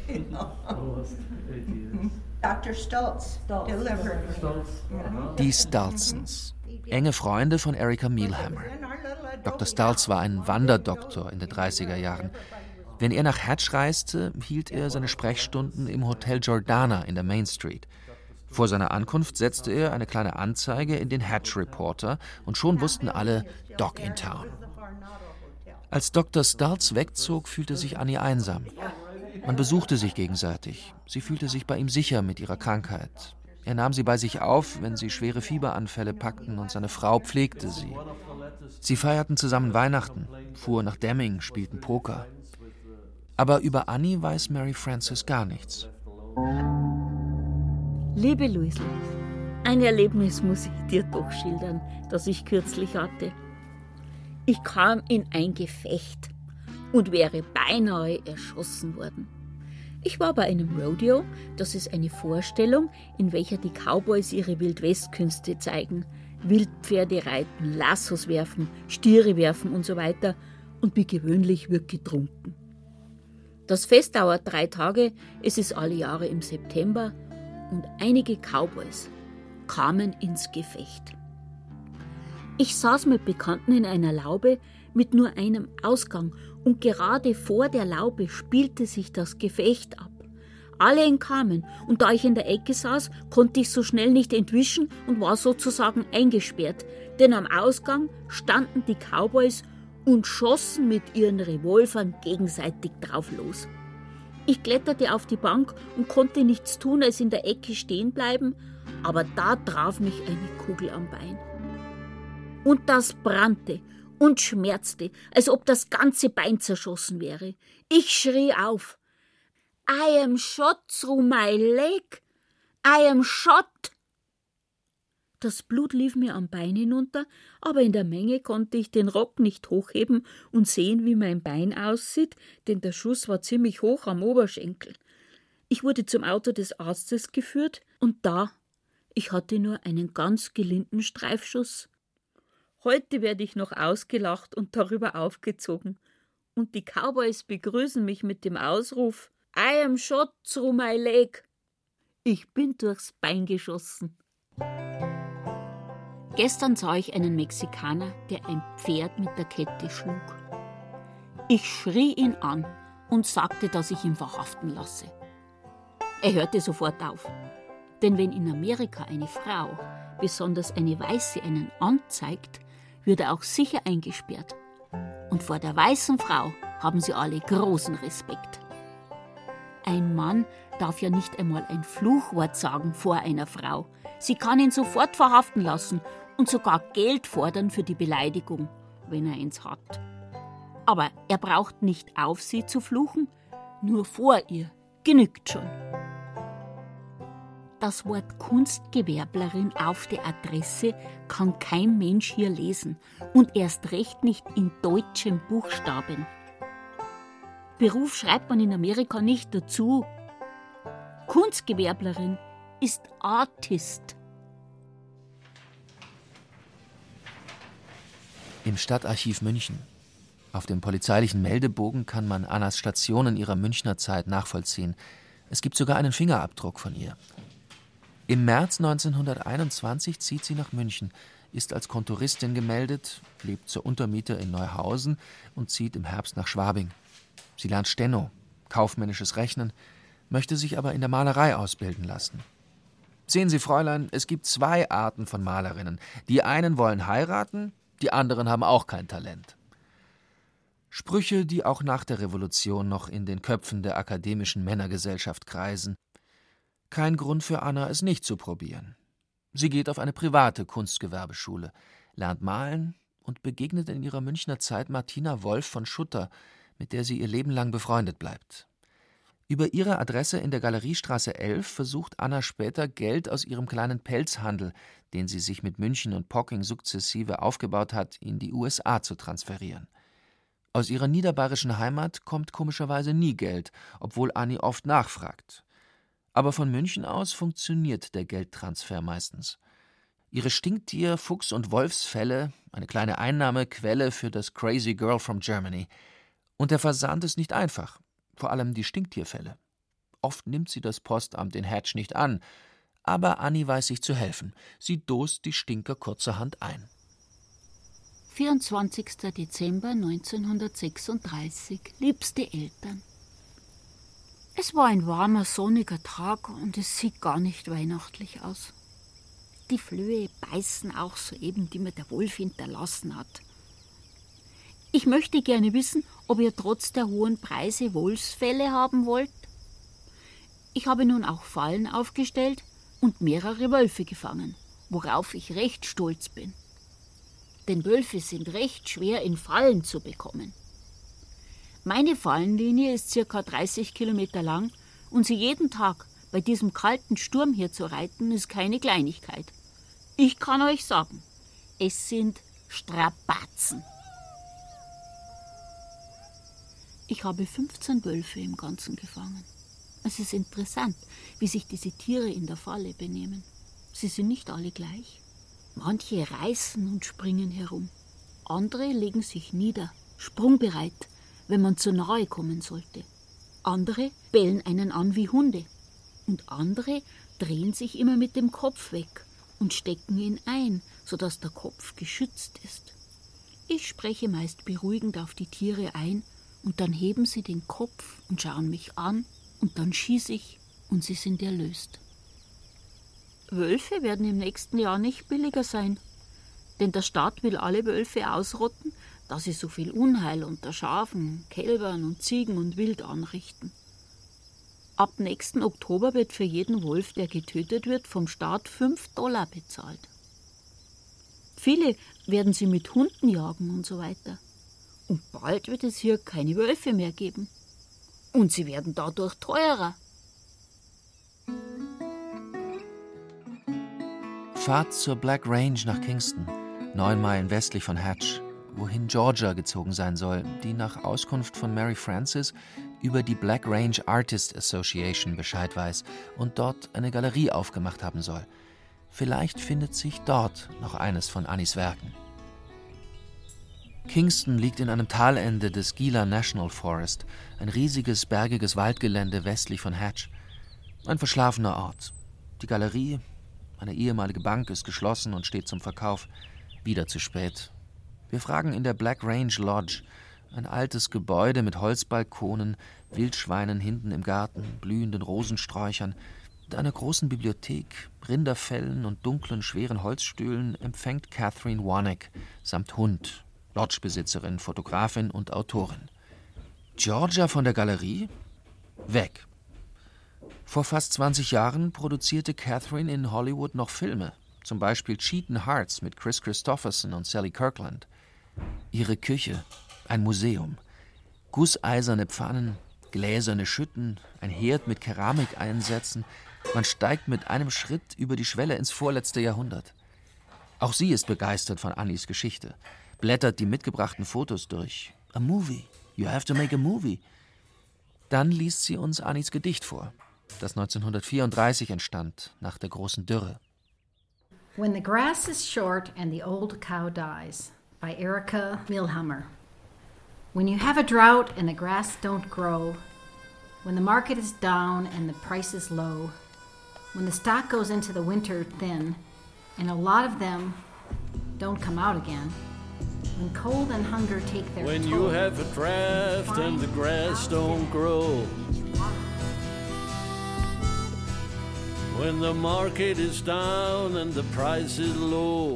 Doktor Stultz delivered me. Die Stultzens, enge Freunde von Erica Mealhammer. Doktor Stultz war ein Wanderdoktor in den dreißiger Jahren. Wenn er nach Hatch reiste, hielt er seine Sprechstunden im Hotel Jordana in der Main Street. Vor seiner Ankunft setzte er eine kleine Anzeige in den Hatch Reporter und schon wussten alle, Doc in town. Als Doktor Stultz wegzog, fühlte sich Annie einsam. Man besuchte sich gegenseitig. Sie fühlte sich bei ihm sicher mit ihrer Krankheit. Er nahm sie bei sich auf, wenn sie schwere Fieberanfälle packten, und seine Frau pflegte sie. Sie feierten zusammen Weihnachten, fuhren nach Deming, spielten Poker. Aber über Annie weiß Mary Frances gar nichts. Liebe Luisel, ein Erlebnis muss ich dir doch schildern, das ich kürzlich hatte. Ich kam in ein Gefecht und wäre beinahe erschossen worden. Ich war bei einem Rodeo, das ist eine Vorstellung, in welcher die Cowboys ihre Wildwestkünste zeigen. Wildpferde reiten, Lassos werfen, Stiere werfen und so weiter. Und wie gewöhnlich wird getrunken. Das Fest dauert drei Tage, es ist alle Jahre im September und einige Cowboys kamen ins Gefecht. Ich saß mit Bekannten in einer Laube mit nur einem Ausgang und gerade vor der Laube spielte sich das Gefecht ab. Alle entkamen und da ich in der Ecke saß, konnte ich so schnell nicht entwischen und war sozusagen eingesperrt, denn am Ausgang standen die Cowboys und schossen mit ihren Revolvern gegenseitig drauf los. Ich kletterte auf die Bank und konnte nichts tun, als in der Ecke stehen bleiben, aber da traf mich eine Kugel am Bein. Und das brannte und schmerzte, als ob das ganze Bein zerschossen wäre. Ich schrie auf. I am shot through my leg. I am shot. Das Blut lief mir am Bein hinunter, aber in der Menge konnte ich den Rock nicht hochheben und sehen, wie mein Bein aussieht, denn der Schuss war ziemlich hoch am Oberschenkel. Ich wurde zum Auto des Arztes geführt und da, ich hatte nur einen ganz gelinden Streifschuss. Heute werde ich noch ausgelacht und darüber aufgezogen. Und die Cowboys begrüßen mich mit dem Ausruf, I am shot through my leg. Ich bin durchs Bein geschossen. Gestern sah ich einen Mexikaner, der ein Pferd mit der Kette schlug. Ich schrie ihn an und sagte, dass ich ihn verhaften lasse. Er hörte sofort auf. Denn wenn in Amerika eine Frau, besonders eine Weiße, einen anzeigt, wird er auch sicher eingesperrt. Und vor der weißen Frau haben sie alle großen Respekt. Ein Mann darf ja nicht einmal ein Fluchwort sagen vor einer Frau. Sie kann ihn sofort verhaften lassen und sogar Geld fordern für die Beleidigung, wenn er eins hat. Aber er braucht nicht auf sie zu fluchen, nur vor ihr genügt schon. Das Wort Kunstgewerblerin auf der Adresse kann kein Mensch hier lesen und erst recht nicht in deutschen Buchstaben. Beruf schreibt man in Amerika nicht dazu. Kunstgewerblerin ist Artist. Im Stadtarchiv München. Auf dem polizeilichen Meldebogen kann man Annas Stationen ihrer Münchner Zeit nachvollziehen. Es gibt sogar einen Fingerabdruck von ihr. Im März neunzehnhunderteinundzwanzig zieht sie nach München, ist als Kontoristin gemeldet, lebt zur Untermiete in Neuhausen und zieht im Herbst nach Schwabing. Sie lernt Steno, kaufmännisches Rechnen, möchte sich aber in der Malerei ausbilden lassen. Sehen Sie, Fräulein, es gibt zwei Arten von Malerinnen. Die einen wollen heiraten, die anderen haben auch kein Talent. Sprüche, die auch nach der Revolution noch in den Köpfen der akademischen Männergesellschaft kreisen. Kein Grund für Anna, es nicht zu probieren. Sie geht auf eine private Kunstgewerbeschule, lernt malen und begegnet in ihrer Münchner Zeit Martina Wolf von Schutter, mit der sie ihr Leben lang befreundet bleibt. Über ihre Adresse in der Galeriestraße elf versucht Anna später, Geld aus ihrem kleinen Pelzhandel, den sie sich mit München und Pocking sukzessive aufgebaut hat, in die U S A zu transferieren. Aus ihrer niederbayerischen Heimat kommt komischerweise nie Geld, obwohl Annie oft nachfragt. Aber von München aus funktioniert der Geldtransfer meistens. Ihre Stinktier-, Fuchs- und Wolfsfelle, eine kleine Einnahmequelle für das Crazy Girl from Germany. Und der Versand ist nicht einfach, vor allem die Stinktierfelle. Oft nimmt sie das Postamt in Hatch nicht an, aber Annie weiß sich zu helfen. Sie dost die Stinker kurzerhand ein. vierundzwanzigster Dezember neunzehnhundertsechsunddreißig. Liebste Eltern. Es war ein warmer, sonniger Tag und es sieht gar nicht weihnachtlich aus. Die Flöhe beißen auch soeben, die mir der Wolf hinterlassen hat. Ich möchte gerne wissen, ob ihr trotz der hohen Preise Wolfsfelle haben wollt. Ich habe nun auch Fallen aufgestellt und mehrere Wölfe gefangen, worauf ich recht stolz bin. Denn Wölfe sind recht schwer in Fallen zu bekommen. Meine Fallenlinie ist circa dreißig Kilometer lang und sie jeden Tag bei diesem kalten Sturm hier zu reiten, ist keine Kleinigkeit. Ich kann euch sagen, es sind Strapazen. Ich habe fünfzehn Wölfe im Ganzen gefangen. Es ist interessant, wie sich diese Tiere in der Falle benehmen. Sie sind nicht alle gleich. Manche reißen und springen herum. Andere legen sich nieder, sprungbereit, wenn man zu nahe kommen sollte. Andere bellen einen an wie Hunde. Und andere drehen sich immer mit dem Kopf weg und stecken ihn ein, sodass der Kopf geschützt ist. Ich spreche meist beruhigend auf die Tiere ein und dann heben sie den Kopf und schauen mich an und dann schieße ich und sie sind erlöst. Wölfe werden im nächsten Jahr nicht billiger sein, denn der Staat will alle Wölfe ausrotten, da sie so viel Unheil unter Schafen, Kälbern und Ziegen und Wild anrichten. Ab nächsten Oktober wird für jeden Wolf, der getötet wird, vom Staat fünf Dollar bezahlt. Viele werden sie mit Hunden jagen und so weiter. Und bald wird es hier keine Wölfe mehr geben. Und sie werden dadurch teurer. Fahrt zur Black Range nach Kingston, neun Meilen westlich von Hatch, wohin Georgia gezogen sein soll, die nach Auskunft von Mary Frances über die Black Range Artist Association Bescheid weiß und dort eine Galerie aufgemacht haben soll. Vielleicht findet sich dort noch eines von Annies Werken. Kingston liegt in einem Talende des Gila National Forest, ein riesiges, bergiges Waldgelände westlich von Hatch. Ein verschlafener Ort. Die Galerie, eine ehemalige Bank, ist geschlossen und steht zum Verkauf. Wieder zu spät. Wir fragen in der Black Range Lodge, ein altes Gebäude mit Holzbalkonen, Wildschweinen hinten im Garten, blühenden Rosensträuchern und einer großen Bibliothek, Rinderfellen und dunklen, schweren Holzstühlen empfängt Catherine Warnick samt Hund, Lodgebesitzerin, Fotografin und Autorin. Georgia von der Galerie? Weg. Vor fast zwanzig Jahren produzierte Catherine in Hollywood noch Filme, zum Beispiel Cheatin' Hearts mit Chris Christopherson und Sally Kirkland. Ihre Küche, ein Museum. Gusseiserne Pfannen, gläserne Schütten, ein Herd mit Keramikeinsätzen. Man steigt mit einem Schritt über die Schwelle ins vorletzte Jahrhundert. Auch sie ist begeistert von Annies Geschichte, blättert die mitgebrachten Fotos durch. A movie. You have to make a movie. Dann liest sie uns Annies Gedicht vor, das neunzehnhundertvierunddreißig entstand, nach der großen Dürre. When the Grass is Short and the Old Cow Dies, by Erica Milhammer. When you have a drought and the grass don't grow, when the market is down and the price is low, when the stock goes into the winter thin, and a lot of them don't come out again, when cold and hunger take their when toll. You have a drought and the grass don't grow, when the market is down and the price is low,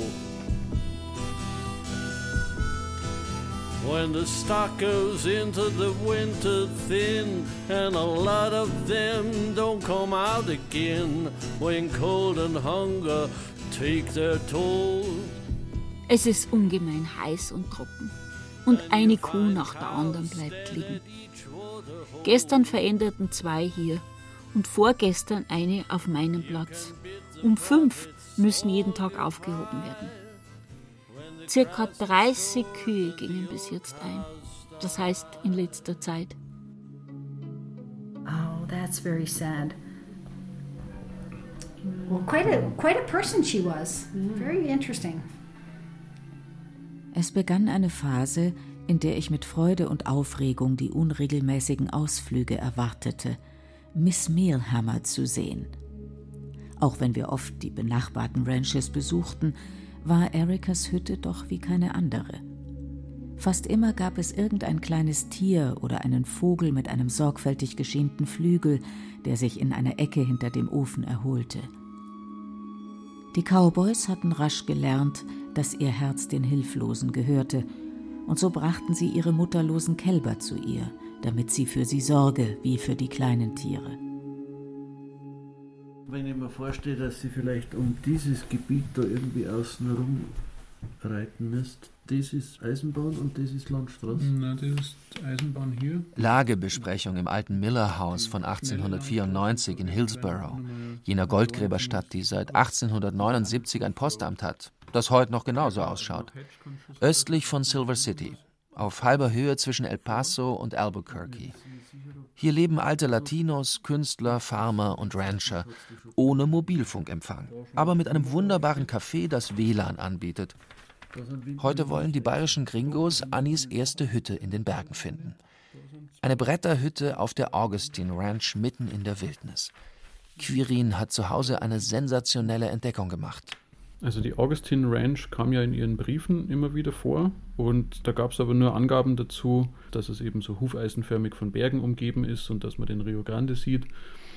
when the stock goes into the winter thin and a lot of them don't come out again, when cold and hunger take their toll. Es ist ungemein heiß und trocken und eine Kuh nach der anderen bleibt liegen. Gestern veränderten zwei hier und vorgestern eine auf meinem Platz. Um fünf müssen jeden Tag aufgehoben werden. Circa dreißig Kühe gingen bis jetzt ein. Das heißt in letzter Zeit. Oh, that's very sad. Well, quite a, quite a person she was. Very interesting. Es begann eine Phase, in der ich mit Freude und Aufregung die unregelmäßigen Ausflüge erwartete, Miss Mealhammer zu sehen. Auch wenn wir oft die benachbarten Ranches besuchten, war Ericas Hütte doch wie keine andere. Fast immer gab es irgendein kleines Tier oder einen Vogel mit einem sorgfältig geschämten Flügel, der sich in einer Ecke hinter dem Ofen erholte. Die Cowboys hatten rasch gelernt, dass ihr Herz den Hilflosen gehörte, und so brachten sie ihre mutterlosen Kälber zu ihr, damit sie für sie sorge, wie für die kleinen Tiere. Wenn ich mir vorstelle, dass sie vielleicht um dieses Gebiet da irgendwie außenrum reiten müsst, das ist Eisenbahn und das ist Landstraße. Nein, das ist Eisenbahn hier. Lagebesprechung im alten Miller-Haus von achtzehnhundertvierundneunzig in Hillsborough, jener Goldgräberstadt, die seit achtzehnhundertneunundsiebzig ein Postamt hat, das heute noch genauso ausschaut. Östlich von Silver City, auf halber Höhe zwischen El Paso und Albuquerque. Hier leben alte Latinos, Künstler, Farmer und Rancher, ohne Mobilfunkempfang, aber mit einem wunderbaren Café, das W L A N anbietet. Heute wollen die bayerischen Gringos Annis erste Hütte in den Bergen finden. Eine Bretterhütte auf der Augustine Ranch mitten in der Wildnis. Quirin hat zu Hause eine sensationelle Entdeckung gemacht. Also die Augustine Ranch kam ja in ihren Briefen immer wieder vor und da gab es aber nur Angaben dazu, dass es eben so hufeisenförmig von Bergen umgeben ist und dass man den Rio Grande sieht.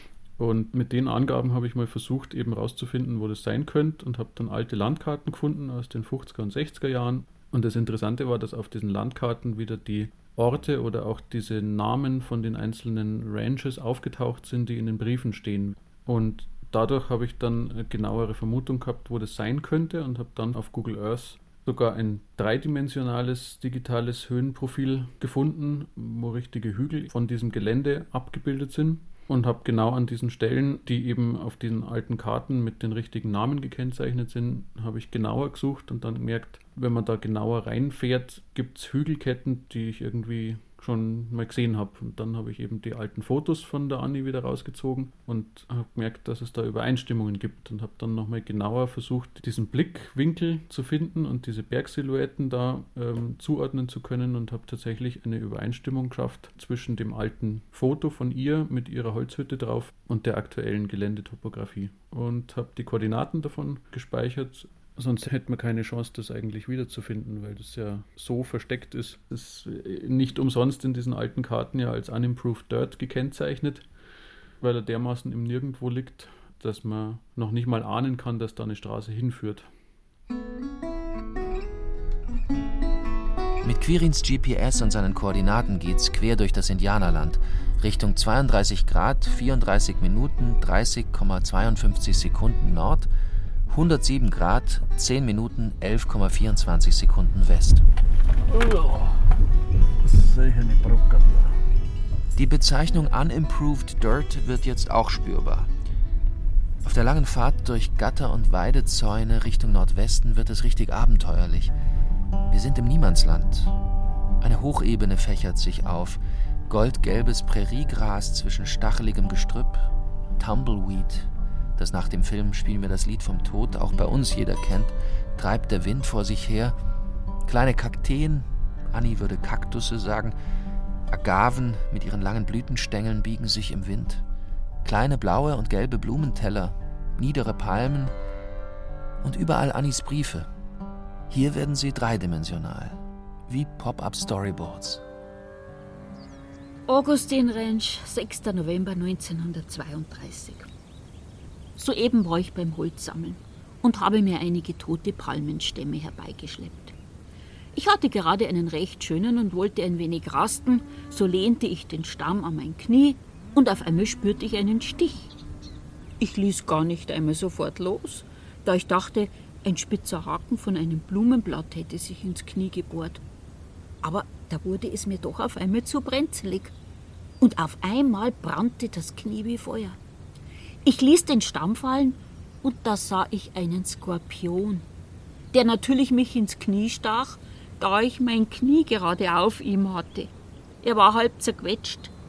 Und mit den Angaben habe ich mal versucht, eben rauszufinden, wo das sein könnte und habe dann alte Landkarten gefunden aus den fünfziger und sechziger Jahren. Und das Interessante war, dass auf diesen Landkarten wieder die Orte oder auch diese Namen von den einzelnen Ranches aufgetaucht sind, die in den Briefen stehen. Und dadurch habe ich dann eine genauere Vermutung gehabt, wo das sein könnte und habe dann auf Google Earth sogar ein dreidimensionales digitales Höhenprofil gefunden, wo richtige Hügel von diesem Gelände abgebildet sind. Und habe genau an diesen Stellen, die eben auf diesen alten Karten mit den richtigen Namen gekennzeichnet sind, habe ich genauer gesucht und dann gemerkt, wenn man da genauer reinfährt, gibt es Hügelketten, die ich irgendwie schon mal gesehen habe. Und dann habe ich eben die alten Fotos von der Anni wieder rausgezogen und habe gemerkt, dass es da Übereinstimmungen gibt und habe dann nochmal genauer versucht, diesen Blickwinkel zu finden und diese Bergsilhouetten da ähm, zuordnen zu können und habe tatsächlich eine Übereinstimmung geschafft zwischen dem alten Foto von ihr mit ihrer Holzhütte drauf und der aktuellen Geländetopographie und habe die Koordinaten davon gespeichert. Sonst hätte man keine Chance, das eigentlich wiederzufinden, weil das ja so versteckt ist. Das ist nicht umsonst in diesen alten Karten ja als Unimproved Dirt gekennzeichnet, weil er dermaßen im Nirgendwo liegt, dass man noch nicht mal ahnen kann, dass da eine Straße hinführt. Mit Quirins G P S und seinen Koordinaten geht's quer durch das Indianerland, Richtung zweiunddreißig Grad, vierunddreißig Minuten, dreißig Komma zweiundfünfzig Sekunden Nord, hundertsieben Grad, zehn Minuten, elf Komma vierundzwanzig Sekunden West. Die Bezeichnung Unimproved Dirt wird jetzt auch spürbar. Auf der langen Fahrt durch Gatter- und Weidezäune Richtung Nordwesten wird es richtig abenteuerlich. Wir sind im Niemandsland. Eine Hochebene fächert sich auf, goldgelbes Präriegras zwischen stacheligem Gestrüpp, Tumbleweed, das nach dem Film Spiel mir das Lied vom Tod auch bei uns jeder kennt, treibt der Wind vor sich her. Kleine Kakteen, Anni würde Kaktusse sagen, Agaven mit ihren langen Blütenstängeln biegen sich im Wind. Kleine blaue und gelbe Blumenteller, niedere Palmen und überall Annis Briefe. Hier werden sie dreidimensional, wie Pop-up-Storyboards. Augustine Ranch, sechster November neunzehnhundertzweiunddreißig. Soeben war ich beim Holzsammeln und habe mir einige tote Palmenstämme herbeigeschleppt. Ich hatte gerade einen recht schönen und wollte ein wenig rasten, so lehnte ich den Stamm an mein Knie und auf einmal spürte ich einen Stich. Ich ließ gar nicht einmal sofort los, da ich dachte, ein spitzer Haken von einem Blumenblatt hätte sich ins Knie gebohrt. Aber da wurde es mir doch auf einmal zu brenzlig und auf einmal brannte das Knie wie Feuer. Ich ließ den Stamm fallen und da sah ich einen Skorpion, der natürlich mich ins Knie stach, da ich mein Knie gerade auf ihm hatte. Er war halb zerquetscht.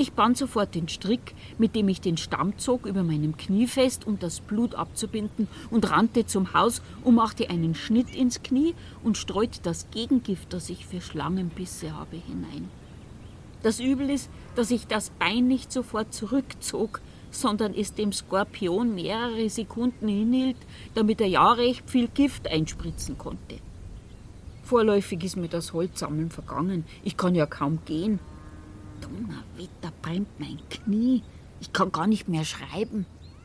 Ich band sofort den Strick, mit dem ich den Stamm zog, über meinem Knie fest, um das Blut abzubinden, und rannte zum Haus und machte einen Schnitt ins Knie und streute das Gegengift, das ich für Schlangenbisse habe, hinein. Das Übel ist, dass ich das Bein nicht sofort zurückzog, sondern es dem Skorpion mehrere Sekunden hinhielt, damit er ja recht viel Gift einspritzen konnte. Vorläufig ist mir das Holzsammeln vergangen. Ich kann ja kaum gehen. Donnerwetter, brennt mein Knie. Ich kann gar nicht mehr schreiben.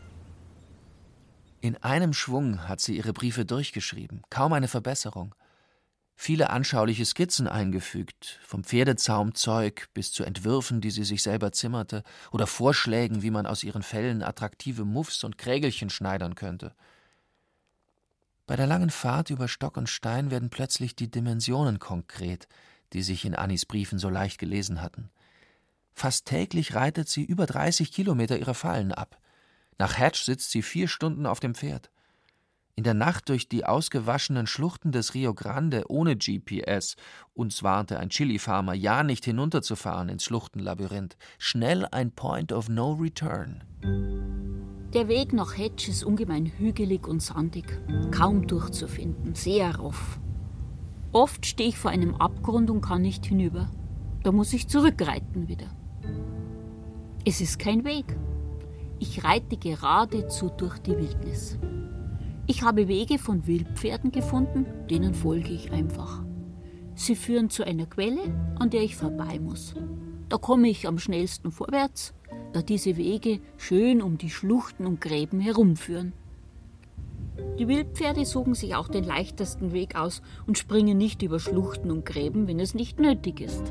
In einem Schwung hat sie ihre Briefe durchgeschrieben. Kaum eine Verbesserung. Viele anschauliche Skizzen eingefügt, vom Pferdezaumzeug bis zu Entwürfen, die sie sich selber zimmerte, oder Vorschlägen, wie man aus ihren Fellen attraktive Muffs und Krägelchen schneidern könnte. Bei der langen Fahrt über Stock und Stein werden plötzlich die Dimensionen konkret, die sich in Annis Briefen so leicht gelesen hatten. Fast täglich reitet sie über dreißig Kilometer ihre Fallen ab. Nach Hatch sitzt sie vier Stunden auf dem Pferd. In der Nacht durch die ausgewaschenen Schluchten des Rio Grande ohne G P S, uns warnte ein Chili-Farmer, ja nicht hinunterzufahren ins Schluchtenlabyrinth. Schnell ein Point of No Return. Der Weg nach Hatch ist ungemein hügelig und sandig, kaum durchzufinden, sehr rough. Oft stehe ich vor einem Abgrund und kann nicht hinüber. Da muss ich zurückreiten wieder. Es ist kein Weg. Ich reite geradezu durch die Wildnis. Ich habe Wege von Wildpferden gefunden, denen folge ich einfach. Sie führen zu einer Quelle, an der ich vorbei muss. Da komme ich am schnellsten vorwärts, da diese Wege schön um die Schluchten und Gräben herumführen. Die Wildpferde suchen sich auch den leichtesten Weg aus und springen nicht über Schluchten und Gräben, wenn es nicht nötig ist.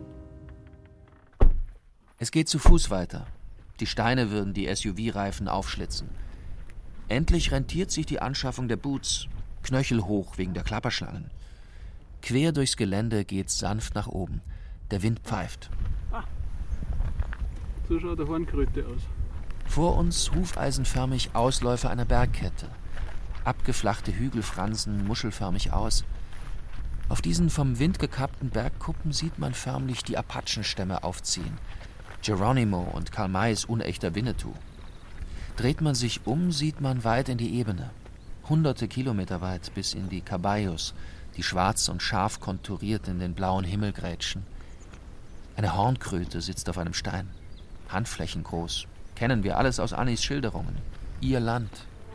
Es geht zu Fuß weiter. Die Steine würden die S U V-Reifen aufschlitzen. Endlich rentiert sich die Anschaffung der Boots, knöchelhoch wegen der Klapperschlangen. Quer durchs Gelände geht's sanft nach oben. Der Wind pfeift. Ah, so schaut der Hornkröte aus. Vor uns hufeisenförmig Ausläufer einer Bergkette. Abgeflachte Hügel fransen muschelförmig aus. Auf diesen vom Wind gekappten Bergkuppen sieht man förmlich die Apachenstämme aufziehen. Geronimo und Karl Mays unechter Winnetou. Dreht man sich um, sieht man weit in die Ebene. Hunderte Kilometer weit bis in die Caballos, die schwarz und scharf konturiert in den blauen Himmel grätschen. Eine Hornkröte sitzt auf einem Stein. Handflächen groß. Kennen wir alles aus Annis Schilderungen. Ihr Land.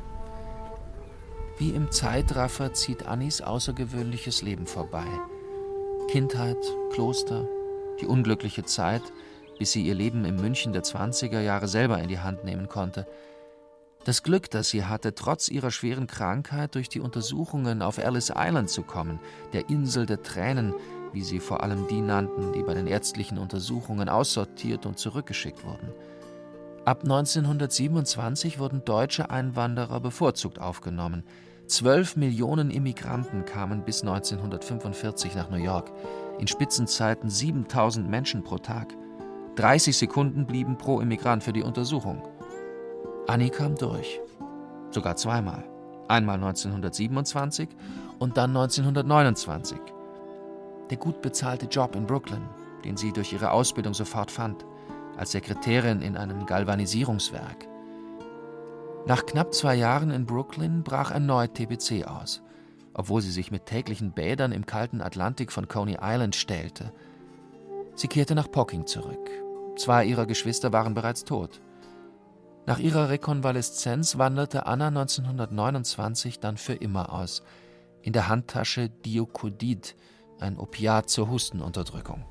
Wie im Zeitraffer zieht Annis außergewöhnliches Leben vorbei. Kindheit, Kloster, die unglückliche Zeit, bis sie ihr Leben im München der zwanziger Jahre selber in die Hand nehmen konnte. Das Glück, das sie hatte, trotz ihrer schweren Krankheit durch die Untersuchungen auf Ellis Island zu kommen, der Insel der Tränen, wie sie vor allem die nannten, die bei den ärztlichen Untersuchungen aussortiert und zurückgeschickt wurden. Ab neunzehnhundertsiebenundzwanzig wurden deutsche Einwanderer bevorzugt aufgenommen. Zwölf Millionen Immigranten kamen bis neunzehnhundertfünfundvierzig nach New York. In Spitzenzeiten siebentausend Menschen pro Tag. dreißig Sekunden blieben pro Immigrant für die Untersuchung. Annie kam durch. Sogar zweimal. Einmal neunzehnhundertsiebenundzwanzig und dann neunzehnhundertneunundzwanzig. Der gut bezahlte Job in Brooklyn, den sie durch ihre Ausbildung sofort fand, als Sekretärin in einem Galvanisierungswerk. Nach knapp zwei Jahren in Brooklyn brach erneut T B C aus, obwohl sie sich mit täglichen Bädern im kalten Atlantik von Coney Island stählte. Sie kehrte nach Pocking zurück. Zwei ihrer Geschwister waren bereits tot. Nach ihrer Rekonvaleszenz wanderte Anna neunzehnhundertneunundzwanzig dann für immer aus. In der Handtasche Diocodid, ein Opiat zur Hustenunterdrückung.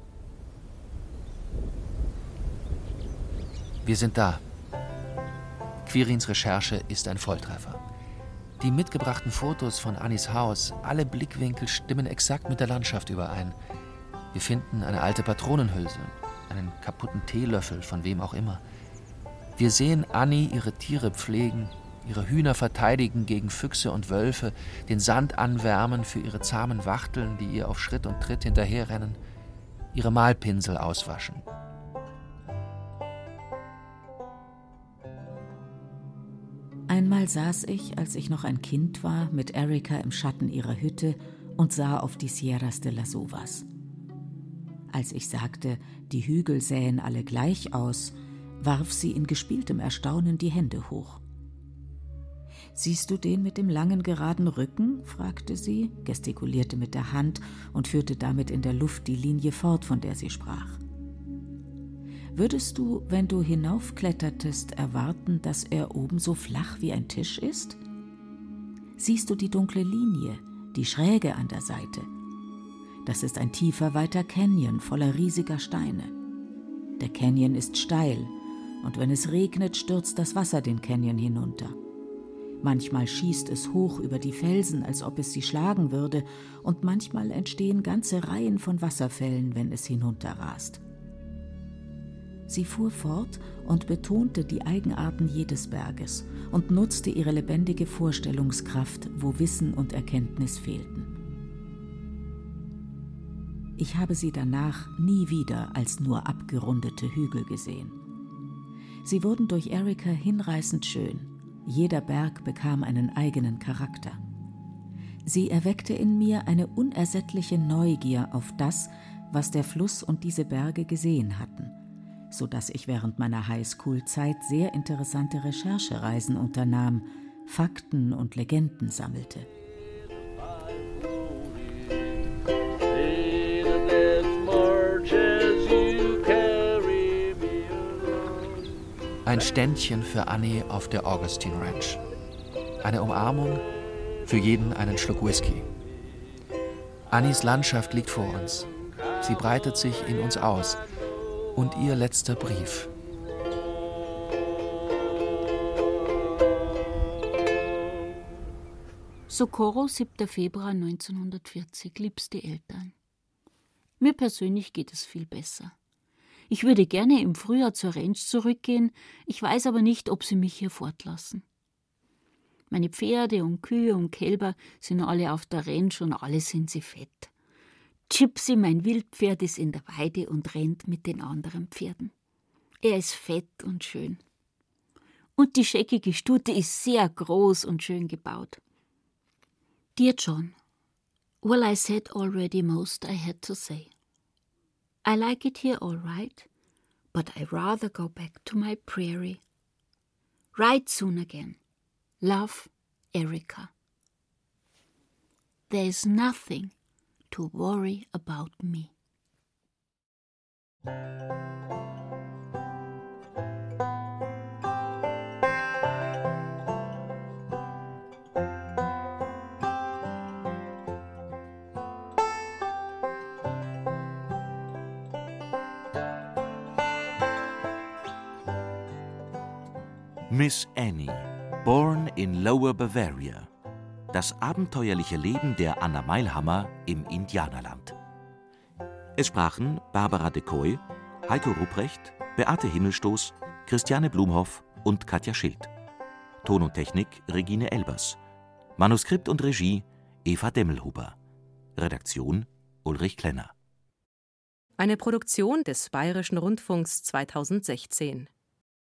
Wir sind da. Quirins Recherche ist ein Volltreffer. Die mitgebrachten Fotos von Annis Haus, alle Blickwinkel stimmen exakt mit der Landschaft überein. Wir finden eine alte Patronenhülse, einen kaputten Teelöffel von wem auch immer. Wir sehen Annie ihre Tiere pflegen, ihre Hühner verteidigen gegen Füchse und Wölfe, den Sand anwärmen für ihre zahmen Wachteln, die ihr auf Schritt und Tritt hinterherrennen, ihre Malpinsel auswaschen. Einmal saß ich, als ich noch ein Kind war, mit Erika im Schatten ihrer Hütte und sah auf die Sierras de las Uvas. Als ich sagte, die Hügel sähen alle gleich aus, warf sie in gespieltem Erstaunen die Hände hoch. »Siehst du den mit dem langen, geraden Rücken?« fragte sie, gestikulierte mit der Hand und führte damit in der Luft die Linie fort, von der sie sprach. »Würdest du, wenn du hinaufklettertest, erwarten, dass er oben so flach wie ein Tisch ist? Siehst du die dunkle Linie, die Schräge an der Seite? Das ist ein tiefer, weiter Canyon voller riesiger Steine. Der Canyon ist steil, und wenn es regnet, stürzt das Wasser den Canyon hinunter. Manchmal schießt es hoch über die Felsen, als ob es sie schlagen würde, und manchmal entstehen ganze Reihen von Wasserfällen, wenn es hinunterrast.« Sie fuhr fort und betonte die Eigenarten jedes Berges und nutzte ihre lebendige Vorstellungskraft, wo Wissen und Erkenntnis fehlten. Ich habe sie danach nie wieder als nur abgerundete Hügel gesehen. Sie wurden durch Erica hinreißend schön. Jeder Berg bekam einen eigenen Charakter. Sie erweckte in mir eine unersättliche Neugier auf das, was der Fluss und diese Berge gesehen hatten, so dass ich während meiner Highschool-Zeit sehr interessante Recherchereisen unternahm, Fakten und Legenden sammelte. Ein Ständchen für Annie auf der Augustine Ranch. Eine Umarmung, für jeden einen Schluck Whisky. Annies Landschaft liegt vor uns. Sie breitet sich in uns aus. Und ihr letzter Brief. Socorro, siebter Februar neunzehnhundertvierzig. Liebste Eltern. Mir persönlich geht es viel besser. Ich würde gerne im Frühjahr zur Ranch zurückgehen, ich weiß aber nicht, ob sie mich hier fortlassen. Meine Pferde und Kühe und Kälber sind alle auf der Ranch und alle sind sie fett. Gypsy, mein Wildpferd, ist in der Weide und rennt mit den anderen Pferden. Er ist fett und schön. Und die scheckige Stute ist sehr groß und schön gebaut. Dear John, well, I said already most I had to say. I like it here all right, but I rather go back to my prairie. Write soon again. Love, Erica. There is nothing to worry about me. Miss Annie, born in Lower Bavaria. Das abenteuerliche Leben der Anna Mailhammer im Indianerland. Es sprachen Barbara de Coy, Heiko Rupprecht, Beate Himmelstoß, Christiane Blumhoff und Katja Schild. Ton und Technik Regine Elbers. Manuskript und Regie Eva Demmelhuber. Redaktion Ulrich Klenner. Eine Produktion des Bayerischen Rundfunks zweitausendsechzehn.